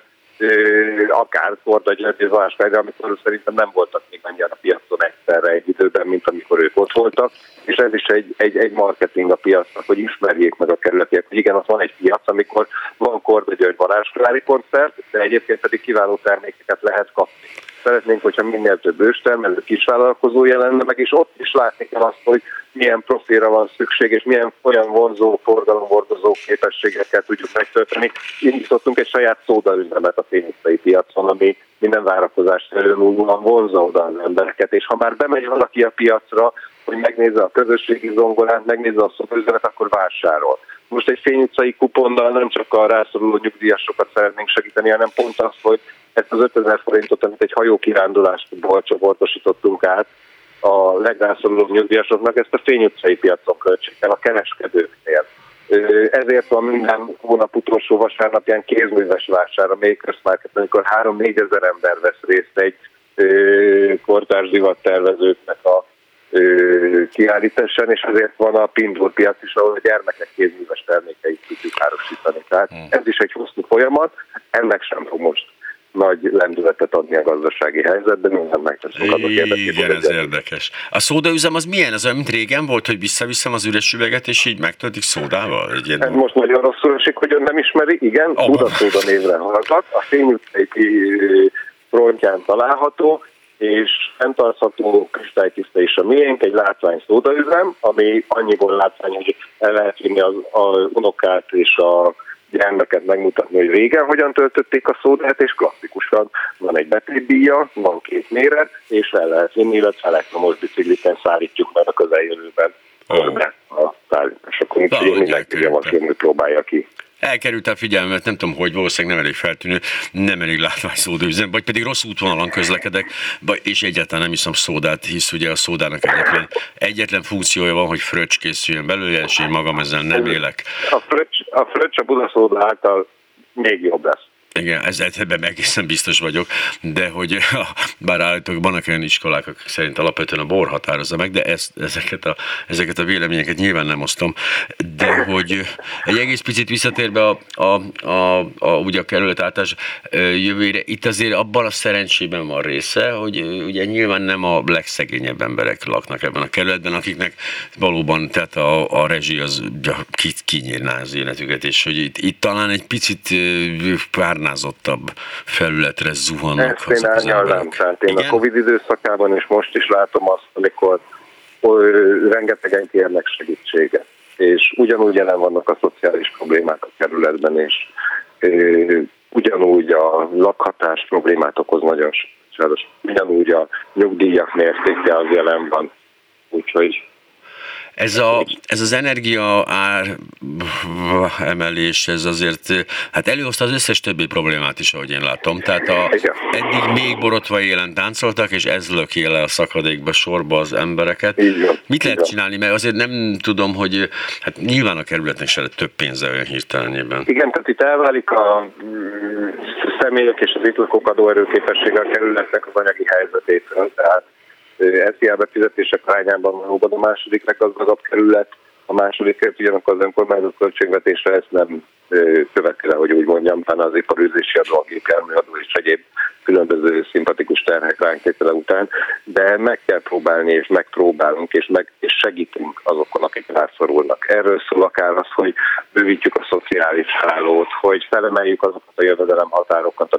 akár Korda György Zaláskára, amikor szerintem nem voltak még annyira a piacon egyszerre egy időben, mint amikor ők ott voltak, és ez is egy marketing a piacnak, hogy ismerjék meg a kerületiek, hogy igen, az van egy piac, amikor van Korda György varázskári koncert, de egyébként pedig kiváló termékeket lehet kapni. Szeretnénk, hogyha minél több őstermelő kisvállalkozó jelenne meg, és ott is látni kell azt, hogy milyen profilra van szükség, és milyen olyan vonzó, forgalomhordozó képességekkel tudjuk megtölteni. Indítottunk egy saját szódaüzemet a Fény utcai piacon, ami minden várakozást előnúlóan vonzza oda az embereket, és ha már bemegy valaki a piacra, hogy megnézze a közösségi zongorát, megnézze a szódaüzemet, akkor vásárol. Most egy Fény utcai kuponnal nem csak a rászoruló nyugdíjasokat szeretnénk segíteni, hanem pont az, hogy ezt az 5000 forintot, amit egy hajókirándulásból csoportosítottunk át a legrászorulóbb nyugdíjasoknak, ezt a Fény utcai piacon költsék el a kereskedőknél. Ezért van minden hónap utolsó vasárnapján kézműves vásár a Makers Market, amikor 3-4 ezer ember vesz részt egy kortárs divattervezőknek a kiállításán, és azért van a Pindur piac is, ahol a gyermekek kézműves termékeit tudjuk árusítani. Tehát ez is egy hosszú folyamat, ennek sem fog most nagy lendületet adni a gazdasági helyzetben, minden megteszünk azok érdekében. Igen, ez érdekes. A szódaüzem az milyen? Az olyan, mint régen volt, hogy visszaviszem az üres üveget, és így megtöltik szódával? Ez most nagyon rosszul esik, hogy ön nem ismeri. Igen, Budaszóda névre hallgat. A Fény utcai frontján található, és fenntartható, kristálytiszta is a miénk, egy látvány szódaüzem, ami annyiból látvány, hogy el lehet vinni az unokát és a gyermeket megmutatni, hogy régen hogyan töltötték a szódát, és klasszikusan van egy betétdíja, van 2 méret, és el lehet vinni, illetve elektromos bicikliken szállítjuk meg a közeljövőben a szállításokon. Úgyhogy mindenki javaslom, hogy próbálja ki. Elkerült a figyelmet, nem tudom, hogy valószínűleg nem elég feltűnő, nem elég látványszódaüzem, vagy pedig rossz útvonalon közlekedek, és egyáltalán nem iszom szódát, hisz ugye a szódának egyetlen funkciója van, hogy fröccs készüljön belőle, és én magam ezzel nem élek. A fröccs a Budaszóda által még jobb lesz. Igen, ebben egészen biztos vagyok, de hogy bár állítólag vannak olyan iskolák, akik szerint alapvetően a bor határozza meg, de ezeket a véleményeket nyilván nem osztom, de hogy egy egész picit visszatérve ugye a kerületáltás jövőre, itt azért abban a szerencsében van része, hogy ugye nyilván nem a legszegényebb emberek laknak ebben a kerületben, akiknek valóban tehát a rezsi az kinyírná az életüket, és hogy itt talán egy picit párnázottabb felületre zuhannak. Ezt én árnyalnám, tehát én a Covid időszakában és most is látom azt, amikor rengetegen kérnek segítséget, és ugyanúgy jelen vannak a szociális problémák a kerületben, és ugyanúgy a lakhatás problémát okoz nagyon sajnos, ugyanúgy a nyugdíjak mértéke az jelen van, úgyhogy ez az energia ár emelés, ez azért, hát előhozta az összes többi problémát is, ahogy én látom. Tehát eddig még borotva élen táncoltak, és ez löki le a szakadékba, sorba az embereket. Mit lehet csinálni? Mert azért nem tudom, hogy hát nyilván a kerületnek se lett több pénze olyan hirtelenében. Igen, tehát itt elválik a személyek és az itt lakók adóerőképessége a kerületnek az anyagi helyzetétől, tehát SZIA befizetések arányában valóban a második leggazdagabb kerület, a másodikért ugyanakkor az önkormányzat költségvetésre ezt nem követi le, hogy úgy mondjam, hanem az iparűzési adó, a gépjárműadó és egyéb különböző szimpatikus terhek ránk tétele után, de meg kell próbálni, és megpróbálunk, és segítünk azokon, akik rászorulnak. Erről szól akár az, hogy bővítjük a szociális hálót, hogy felemeljük azokat a jövedelemhatárokat,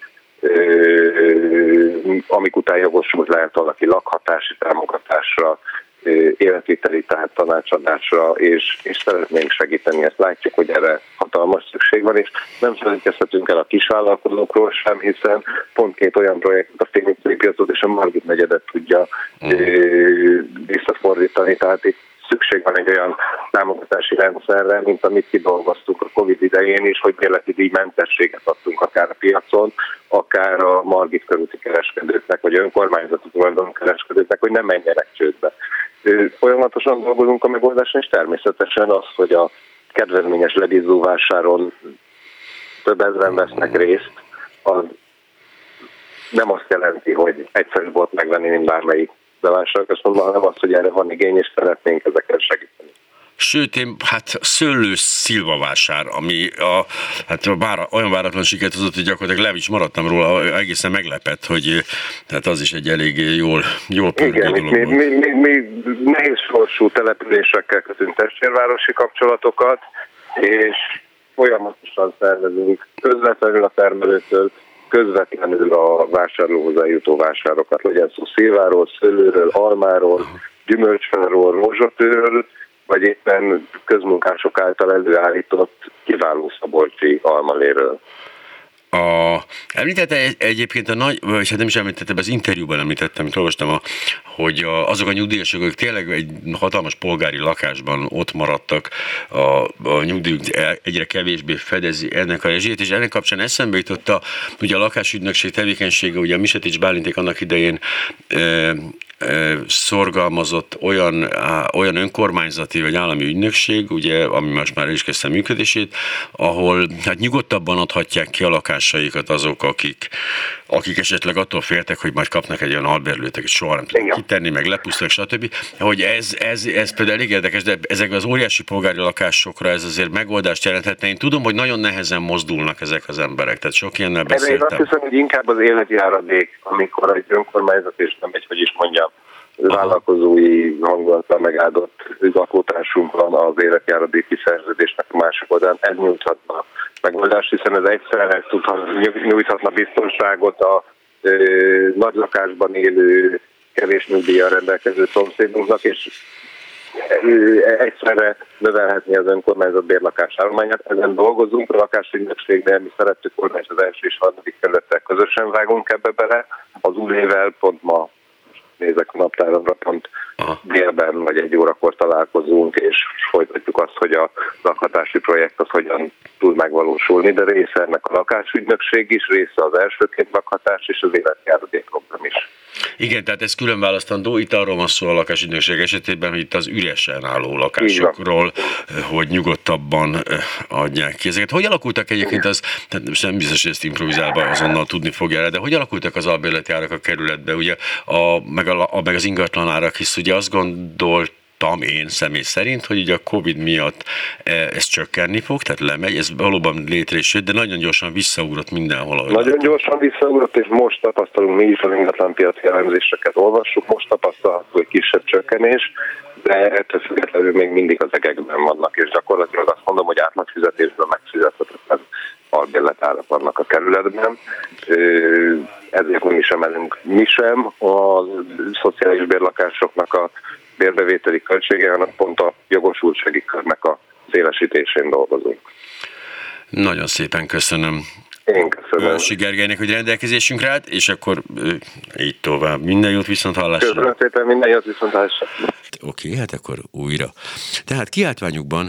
amik után jogosult lehet valaki lakhatási támogatásra, életviteli tanácsadásra, és szeretnénk segíteni. Ezt látjuk, hogy erre hatalmas szükség van, és nem felejtkezhetünk el a kisvállalkozókról sem, hiszen pont két olyan projektet, a Fényutcai piacot és a Margit negyedet tudja visszafordítani, tehát itt szükség van egy olyan támogatási rendszerre, mint amit kidolgoztunk a Covid idején is, hogy bérleti díjmentességet adtunk akár a piacon, akár a Margit körúti kereskedőknek, vagy önkormányzati tulajdonú kereskedőknek, hogy nem menjenek csődbe. Folyamatosan dolgozunk a megoldáson, és természetesen az, hogy a kedvezményes lebízóvásáron több ezren vesznek részt, az nem azt jelenti, hogy egyszerű volt megvenni, mint bármelyik bevásárlóközpontban, hanem az, hogy erre van igény, és szeretnénk ezekkel segíteni. Sőt, én szőlős szilvavásár, ami olyan váratlan sikert hozott, hogy gyakorlatilag le is maradtam róla, egészen meglepett, hogy tehát az is egy elég jól pörgő dolog volt. Mi nehéz sorsú településekkel kötünk testvérvárosi kapcsolatokat, és folyamatosan szervezünk közvetlenül a termelőtől, közvetlenül a vásárlóhoz eljutó vásárokat, legyen szó szilváról, szőlőről, almáról, gyümölcsfáról, rózsatőről, vagy éppen közmunkások által előállított kiváló szabolcsi almaléről. Említette egyébként vagy hát nem is említettem, az interjúban említettem, amit olvastam, hogy azok a nyugdíjasok, akik tényleg egy hatalmas polgári lakásban ott maradtak, a nyugdíjuk egyre kevésbé fedezi ennek a rezsijét, és ennek kapcsán eszembe jutott ugye a lakásügynökség tevékenysége, ugye a Misetics Bálinték annak idején szorgalmazott olyan önkormányzati vagy állami ügynökség, ugye, ami most már is kezdte működését, ahol hát nyugodtabban adhatják ki a lakásaikat azok, akik esetleg attól féltek, hogy majd kapnak egy olyan albérlőt, hogy soha nem tudnak kitenni, meg lepusztulnak, stb. Hogy ez például elég érdekes, de ezekben az óriási polgári lakásokra ez azért megoldást jelenthetne. Én tudom, hogy nagyon nehezen mozdulnak ezek az emberek, tehát sok ilyennel beszéltem. Én azt hiszem, hogy inkább az életjáradék, amikor egy önkormányzat és nem egy, hogy is mondjam, vállalkozói hangulattal megáldott lakótársunk van az életjáradéki szerződésnek a másik oldalán, ez nyújthatna megoldást, hiszen ez egyszerre nyújthatna biztonságot a nagy lakásban élő, kevés nyugdíjjal rendelkező szomszédunknak, és egyszerre növelhetni az önkormányzat bérlakásállományát. Ezen dolgozunk, a lakásügynökségnél mi szerettük volna, és az első és harmadik kerülettel közösen vágunk ebbe bele. Az ULÉ-vel pont ma nézek a naptáramra, pont délben vagy 1 órakor találkozunk, és folytatjuk azt, hogy a lakhatási projekt az hogyan tud megvalósulni, de része ennek a lakásügynökség is, része az elsőként lakhatás és az életjáradék program is. Igen, tehát ez külön választandó. Itt arról van szó a lakásügynökség esetében, hogy itt az üresen álló lakásokról, hogy nyugodtabban adják ki ezeket. Hogy alakultak egyébként az, tehát nem biztos, hogy ezt improvizálva azonnal tudni fogja, de hogy alakultak az albérleti árak a kerületbe, ugye, meg az ingatlan árak, hisz ugye azt gondoltam én személy szerint, hogy ugye a Covid miatt ez csökkenni fog, tehát lemegy, ez valóban létre is jött, de nagyon gyorsan visszaugrott mindenhol. Nagyon gyorsan visszaugrott, és most tapasztalunk, mi is az ingatlanpiaci elemzéseket olvassuk, most tapasztalható egy kisebb csökkenés, de ettől függetlenül még mindig az egekben vannak, és gyakorlatilag azt mondom, hogy átlagfizetésből megfizethetetlen albérletárak vannak a kerületben. Ezért nem is emelünk mi sem a szociális bérlakásoknak a bérbevételi költsége, hanem pont a jogosultsági körnek a szélesítésén dolgozunk. Nagyon szépen köszönöm. Én köszönöm. Gergelynek, hogy rendelkezésünkre állt, és akkor így tovább. Minden jót, viszont hallásra. Köszönöm szépen, minden jót, viszont hallásra. Oké, hát akkor újra. Tehát kiáltványukba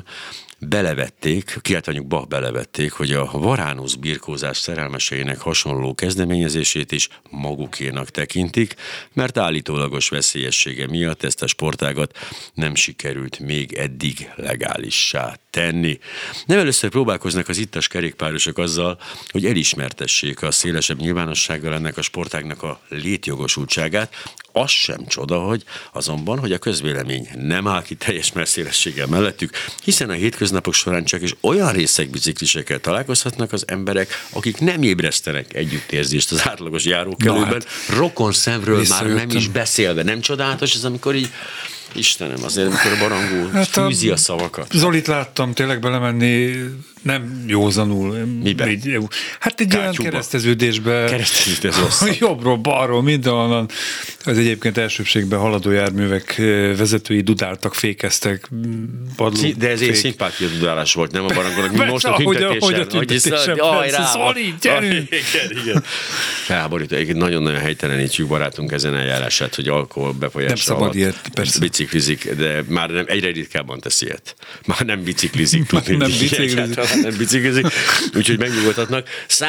belevették, hogy a Varánusz birkózás szerelmeseinek hasonló kezdeményezését is magukénak tekintik, mert állítólagos veszélyessége miatt ezt a sportágat nem sikerült még eddig legálissá tenni. Nem először próbálkoznak az ittas kerékpárosok azzal, hogy elismertessék a szélesebb nyilvánossággal ennek a sportágnak a létjogosultságát. Az sem csoda, hogy a közvélemény nem áll ki teljes messzélességgel mellettük, hiszen a hétköznapok során csak is olyan részekbiciklisekkel találkozhatnak az emberek, akik nem ébresztenek együttérzést az átlagos járókelőben, rokon szemről már nem is beszélve. Nem csodálatos ez, amikor így Istenem, azért, amikor a Barangó fűzi a szavakat. Zolit láttam tényleg belemenni, nem józanul. Miben? Hát egy olyan kereszteződésbe. Jobbról, balról, mindenhonnan. Az egyébként elsőbbségben haladó járművek vezetői dudáltak, fékeztek. De ez egy szimpátia dudálás volt, nem a Barangónak? Mi most a tüntetésen. Zoli, gyerünk! Igen. Felborító. Nagyon-nagyon helytelenítjük barátunk ezen eljárását, hogy alkohol befolyása alatt biciklizik, de már nem, egyre ritkábban teszi ilyet. Már nem biciklizik, tudni. Nem biciklizik. Úgyhogy megnyugodhatnak.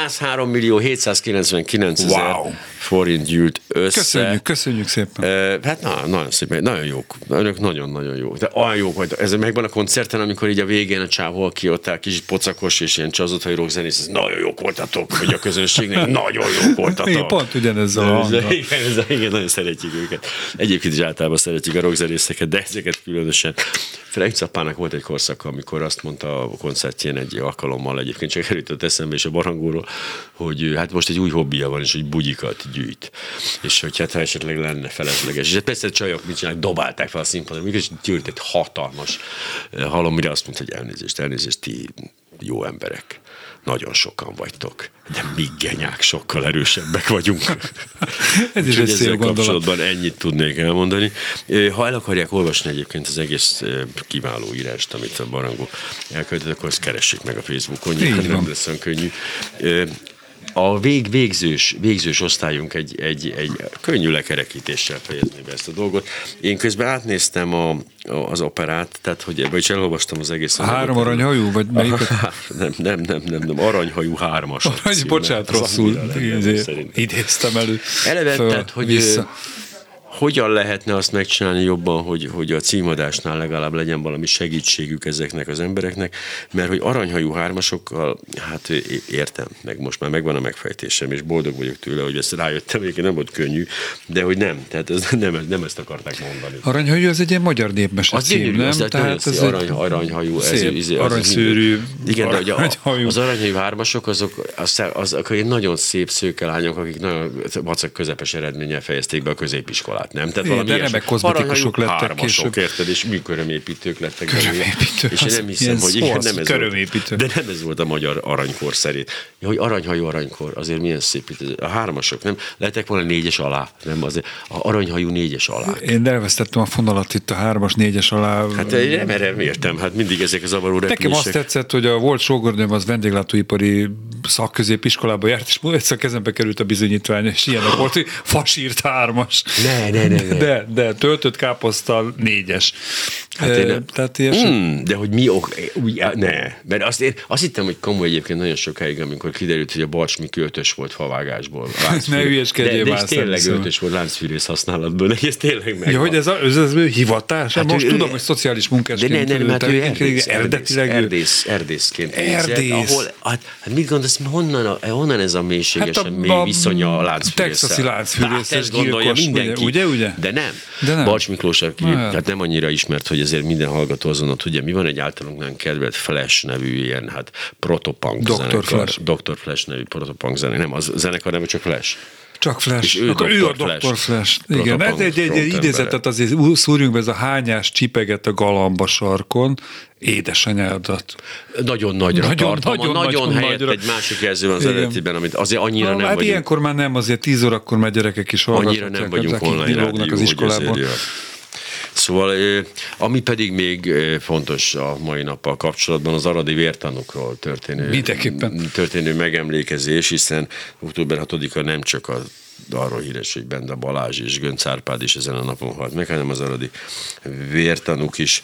103.799.000 forint gyűlt össze. Köszönjük szépen. Hát nagyon szépen, nagyon jók. Önök nagyon-nagyon jók. De olyan jók, hogy ez megvan a koncerten, amikor így a végén a csávó kiadták, kicsit pocakos és ilyen csazott hajú rockzenész, ez nagyon jók voltatok, hogy a közönségnek nagyon jók voltatok. Igen, pont ugyanezzel a hanggal. Igen, nagyon szeretjük őket. Egyébként is általában szeretjük a rockzenészeket, de ezeket különösen. Ferenc Zappának volt egy korszaka, amikor azt mondta a koncertjén egy alkalommal, egyébként csak eljutott eszembe és a Barangóról, hogy hát most egy új hobbija van, és hogy bugyikat gyűjt. És hogy hát ha esetleg lenne felesleges. És persze csajok mit csinálnak, dobálták fel a színpadra, mégis gyűjt egy hatalmas halom, mire azt mondta, hogy elnézést, ti jó emberek. Nagyon sokan vagytok, de mi genyák sokkal erősebbek vagyunk. Ez is egy szép gondolat. Kapcsolatban ennyit tudnék elmondani. Ha el akarják olvasni egyébként az egész kiváló írást, amit a Barangó elköltött, akkor azt keressék meg a Facebookon, nem lesz olyan könnyű. A végzős osztályunk egy könnyű lekerekítéssel fejezni be ezt a dolgot. Én közben átnéztem az operát, tehát hogy is elolvastam az egész. A 3 aranyhajú? Vagy melyiket? Nem, aranyhajú 3-as. Bocsánat, rosszul idéztem elő. Eleve, tehát, hogy hogyan lehetne azt megcsinálni jobban, hogy a címadásnál legalább legyen valami segítségük ezeknek az embereknek, mert hogy aranyhajú 3-asokkal, hát értem, meg most már megvan a megfejtésem, és boldog vagyok tőle, hogy ezt rájöttem, egyébként nem volt könnyű, de hogy nem, tehát nem ezt akarták mondani. Aranyhajú az egy ilyen magyar népmese cím, nem? Tehát ez aranyhajú, aranyszőrű, igen, de az aranyhajú 3-asok azok nagyon szép szőke lányok, akik nagyon vacak közepes eredménnyel fejezték be a középiskolát. Nem? Tehát valami de remek kozmetikusok lettek később. Érted, és mi körömépítők lettek. És én nem hiszem, hogy igen, nem ez volt. De nem ez volt a magyar aranykor szerint. Ja, hogy aranyhajú aranykor, azért milyen szép itt. A 3-asok, nem? Lettek volna 4-es alá, nem? Azért a aranyhajú 4-es alá. Én elvesztettem a fonalat itt a 3-as, 4-es alá. Hát nem értem, hát mindig ezek az zavaró repülések. Nekem azt tetszett, hogy a volt sógornőm az vendéglátóipari szakközépiskolába járt, és egyszer kezembe került a bizonyítvány, és ilyenek volt, hogy fasírt 3-as. De töltött káposztal 4-es. Tehát de hogy mi mert azt hittem, hogy komoly egyébként nagyon sokáig, amikor kiderült, hogy a Barcs Miki ötös volt favágásból. Ne hülyeskedjél már. De tényleg ötös volt láncfűrész használatból, de ez tényleg megvan. Ja, hogy ez hivatás? Hát most tudom, hogy szociális munkásként. De nem, erdészként. Ahol, hát mit gondolsz, honnan ez a mélységesen mély viszony a láncfűrésszel? Texasi láncfűrészes gyilkos, mindenki. Ugye? De nem. Barcs Miklós, hát nem annyira ismert, hogy ezért minden hallgató azonnal tudja, mi van egy általunk nagyon kedvelt Flash nevű ilyen, hát protopunk zenekar. Dr. Flash nevű protopunk zenekar. Nem, az zenekar nem, csak Flash. Csak Flash. Akkor ő a Dr. Flash. Igen, egy idézetet azért szúrjunk be, ez a hányás csipegett a galamba sarkon, édesanyádat. Nagyon nagyra tartom, nagyon helyett egy másik jelző van az eredetiben, amit azért annyira nem vagyunk. Ilyenkor már nem, azért 10 órakor már gyerekek is hallgatják. Annyira nem vagyunk online rádió, az iskolában. Szóval, ami pedig még fontos a mai nappal kapcsolatban, az aradi vértanúkról történő megemlékezés, hiszen október 6-a nem csak arról híres, hogy Benda Balázs és Gönc Árpád is ezen a napon halt meg, hanem az aradi vértanúk is.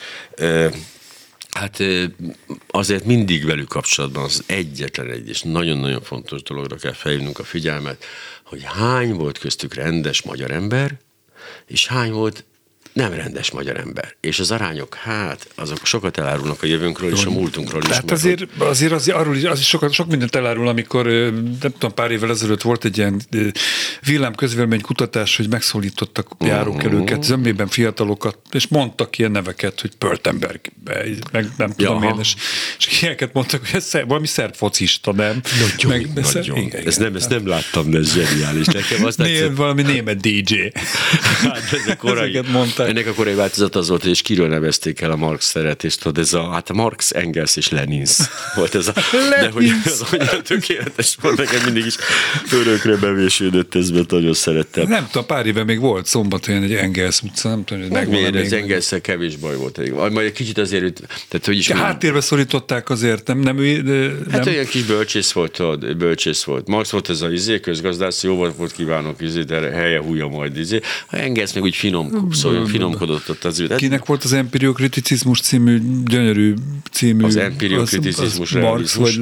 Hát azért mindig velük kapcsolatban az egyetlen egy és nagyon-nagyon fontos dologra kell felhívnunk a figyelmet, hogy hány volt köztük rendes magyar ember, és hány volt nem rendes magyar ember. És az arányok, hát, azok sokat elárulnak a jövőnkről és a múltunkról is. Tehát azért arról is sok mindent elárul, amikor nem tudom, pár évvel ezelőtt volt egy ilyen villámközvélemény kutatás, hogy megszólítottak járókelőket, zömében fiatalokat, és mondtak ilyen neveket, hogy Pöltenberg, meg nem tudom én, és ilyeneket mondtak, hogy ez valami szerb focista, nem? Nagyon. Ezt nem láttam, de ez zseniális. Nekem azt valami német DJ. Hát ez a korai. Ennek a korai változat az volt, és kiről nevezték el a Marx szeretést, hogy ez a Marx, Engels és Lenins volt ez a... De hogy az annyira tökéletes volt, nekem mindig is örökre bevésődött, ez, mert nagyon szerettem. Nem tudom, pár éve még volt Szombathelyen egy Engels utca, nem tudom, hogy megvan. Az Engelszel kevés baj volt. Majd egy kicsit azért, tehát hogy is... Háttérbe szorították azért, nem hát olyan kis bölcsész volt. Marx volt ez a közgazdász, jó volt kívánok, de helye húja majd. A Engels meg úgy finomkodott ott az ület. Kinek volt az Empiriokriticizmus című gyönyörű című... Az Empiriokriticizmus realizmus?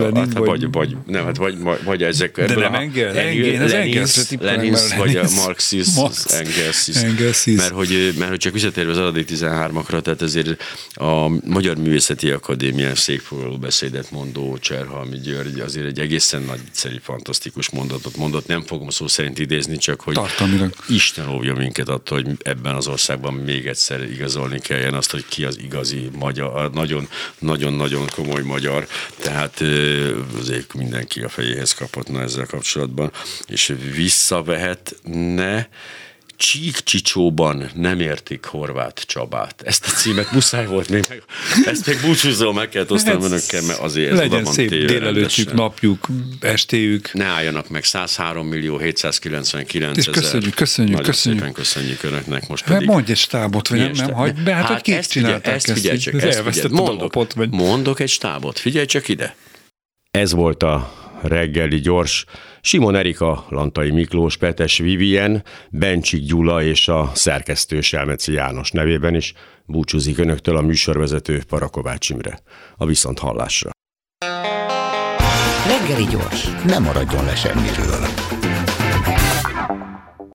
Vagy ezek... De nem Lenins, vagy a Marxizmus, Engels. Mert hogy csak visszatérve az aradik 13-akra, tehát ezért a Magyar Művészeti Akadémián székfoglaló beszédet mondó Cserhalmi György azért egy egészen nagyszerű, fantasztikus mondatot mondott. Nem fogom szó szerint idézni, csak hogy tartalmilag. Isten óvja minket attól, hogy ebben az országban még egyszer igazolni kelljen azt, hogy ki az igazi magyar, nagyon-nagyon komoly magyar, tehát azért mindenki a fejéhez kaphatna ezzel kapcsolatban, és visszavehetne. Csík-Csicsóban nem értik Horváth Csabát. Ezt a címet muszáj volt még, ezt még búcsúzóan meg kell osztanom önökkel, mert azért ez legyen szép délelőttjük, napjuk, estéjük. Ne álljanak meg 103.799.000. Köszönjük. Szépen köszönjük önöknek most pedig. Mondj egy stábot, vagy nem hagyd be, hát hogy kik csinálták ezt. Mondok egy stábot, figyelj csak ide. Ez volt a reggeli gyors. Simon Erika, Lantai Miklós, Petes Vivien, Bencsik Gyula és a szerkesztő Selmeci János nevében is búcsúzik önöktől a műsorvezető Parakovács Imre. A viszonthallásra. Reggeli gyors, ne maradjon le semmiről.